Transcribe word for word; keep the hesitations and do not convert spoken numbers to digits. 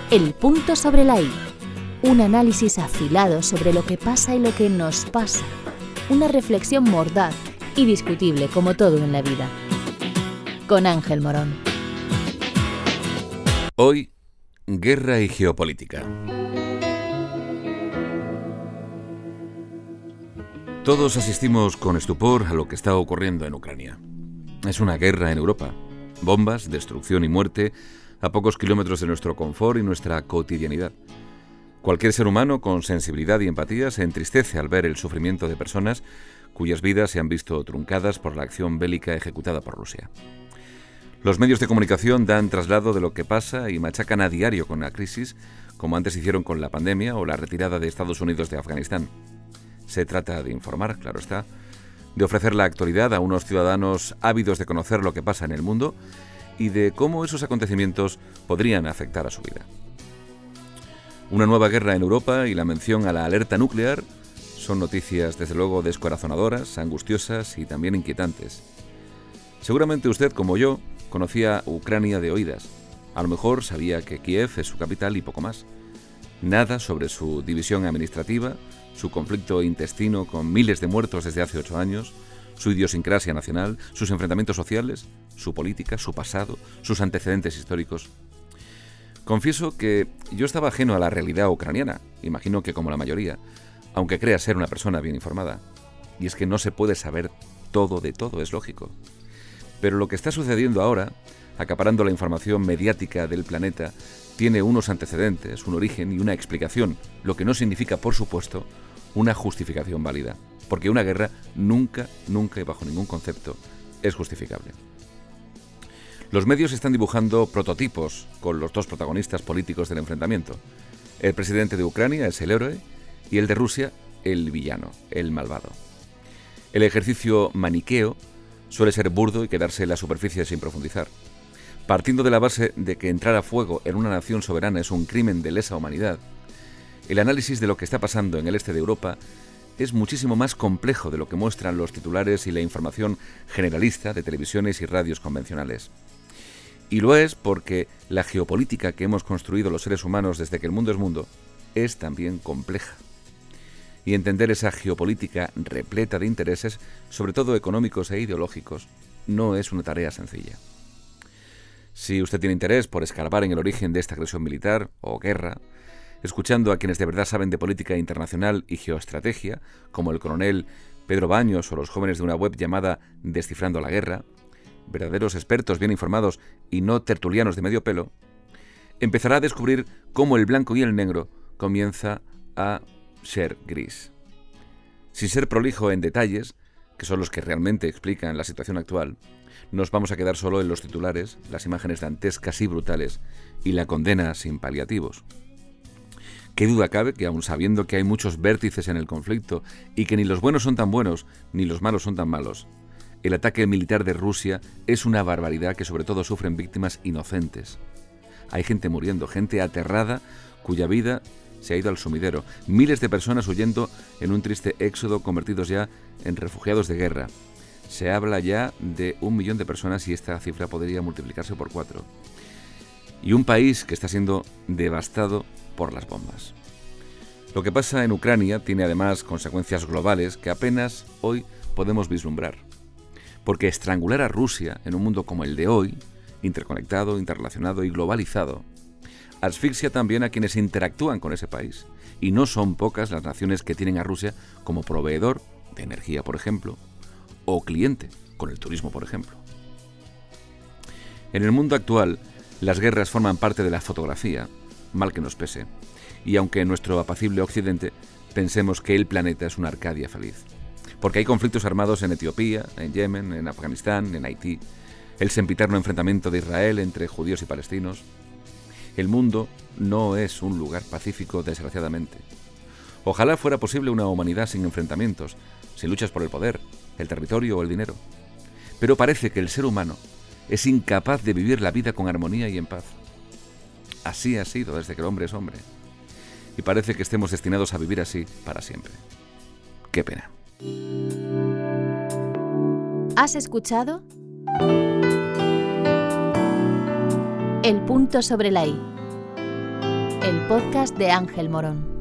El punto sobre la i. Un análisis afilado sobre lo que pasa y lo que nos pasa. Una reflexión mordaz y discutible como todo en la vida. Con Ángel Morón. Hoy, guerra y geopolítica. Todos asistimos con estupor a lo que está ocurriendo en Ucrania. Es una guerra en Europa. Bombas, destrucción y muerte a pocos kilómetros de nuestro confort y nuestra cotidianidad. Cualquier ser humano con sensibilidad y empatía se entristece al ver el sufrimiento de personas cuyas vidas se han visto truncadas por la acción bélica ejecutada por Rusia. Los medios de comunicación dan traslado de lo que pasa y machacan a diario con la crisis, como antes hicieron con la pandemia o la retirada de Estados Unidos de Afganistán. Se trata de informar, claro está, de ofrecer la actualidad a unos ciudadanos ávidos de conocer lo que pasa en el mundo y de cómo esos acontecimientos podrían afectar a su vida. Una nueva guerra en Europa y la mención a la alerta nuclear son noticias desde luego descorazonadoras, angustiosas y también inquietantes. Seguramente usted, como yo, conocía Ucrania de oídas. A lo mejor sabía que Kiev es su capital y poco más. Nada sobre su división administrativa, su conflicto intestino con miles de muertos desde hace ocho años, su idiosincrasia nacional, sus enfrentamientos sociales, su política, su pasado, sus antecedentes históricos. Confieso que yo estaba ajeno a la realidad ucraniana, imagino que como la mayoría, aunque crea ser una persona bien informada. Y es que no se puede saber todo de todo, es lógico. Pero lo que está sucediendo ahora, acaparando la información mediática del planeta, tiene unos antecedentes, un origen y una explicación, lo que no significa, por supuesto, una justificación válida. Porque una guerra nunca, nunca y bajo ningún concepto es justificable. Los medios están dibujando prototipos con los dos protagonistas políticos del enfrentamiento. El presidente de Ucrania es el héroe y el de Rusia el villano, el malvado. El ejercicio maniqueo suele ser burdo y quedarse en la superficie sin profundizar. Partiendo de la base de que entrar a fuego en una nación soberana es un crimen de lesa humanidad, el análisis de lo que está pasando en el este de Europa es muchísimo más complejo de lo que muestran los titulares y la información generalista de televisiones y radios convencionales. Y lo es porque la geopolítica que hemos construido los seres humanos desde que el mundo es mundo es también compleja. Y entender esa geopolítica repleta de intereses, sobre todo económicos e ideológicos, no es una tarea sencilla. Si usted tiene interés por escarbar en el origen de esta agresión militar o guerra, escuchando a quienes de verdad saben de política internacional y geoestrategia, como el coronel Pedro Baños o los jóvenes de una web llamada Descifrando la Guerra, verdaderos expertos bien informados y no tertulianos de medio pelo, empezará a descubrir cómo el blanco y el negro comienza a ser gris. Sin ser prolijo en detalles, que son los que realmente explican la situación actual, nos vamos a quedar solo en los titulares, las imágenes dantescas y brutales y la condena sin paliativos. ¿Qué duda cabe que, aun sabiendo que hay muchos vértices en el conflicto y que ni los buenos son tan buenos ni los malos son tan malos, el ataque militar de Rusia es una barbaridad que sobre todo sufren víctimas inocentes? Hay gente muriendo, gente aterrada cuya vida se ha ido al sumidero, miles de personas huyendo en un triste éxodo convertidos ya en refugiados de guerra. Se habla ya de un millón de personas y esta cifra podría multiplicarse por cuatro. Y un país que está siendo devastado por las bombas. Lo que pasa en Ucrania tiene además consecuencias globales que apenas hoy podemos vislumbrar. Porque estrangular a Rusia en un mundo como el de hoy, interconectado, interrelacionado y globalizado, asfixia también a quienes interactúan con ese país. Y no son pocas las naciones que tienen a Rusia como proveedor de energía, por ejemplo, o cliente, con el turismo, por ejemplo. En el mundo actual, las guerras forman parte de la fotografía, mal que nos pese, y aunque en nuestro apacible occidente pensemos que el planeta es una Arcadia feliz. Porque hay conflictos armados en Etiopía, en Yemen, en Afganistán, en Haití, el sempiterno enfrentamiento de Israel entre judíos y palestinos. El mundo no es un lugar pacífico, desgraciadamente. Ojalá fuera posible una humanidad sin enfrentamientos, sin luchas por el poder, el territorio o el dinero. Pero parece que el ser humano es incapaz de vivir la vida con armonía y en paz. Así ha sido desde que el hombre es hombre. Y parece que estemos destinados a vivir así para siempre. Qué pena. ¿Has escuchado? El punto sobre la i. el podcast de Ángel Morón.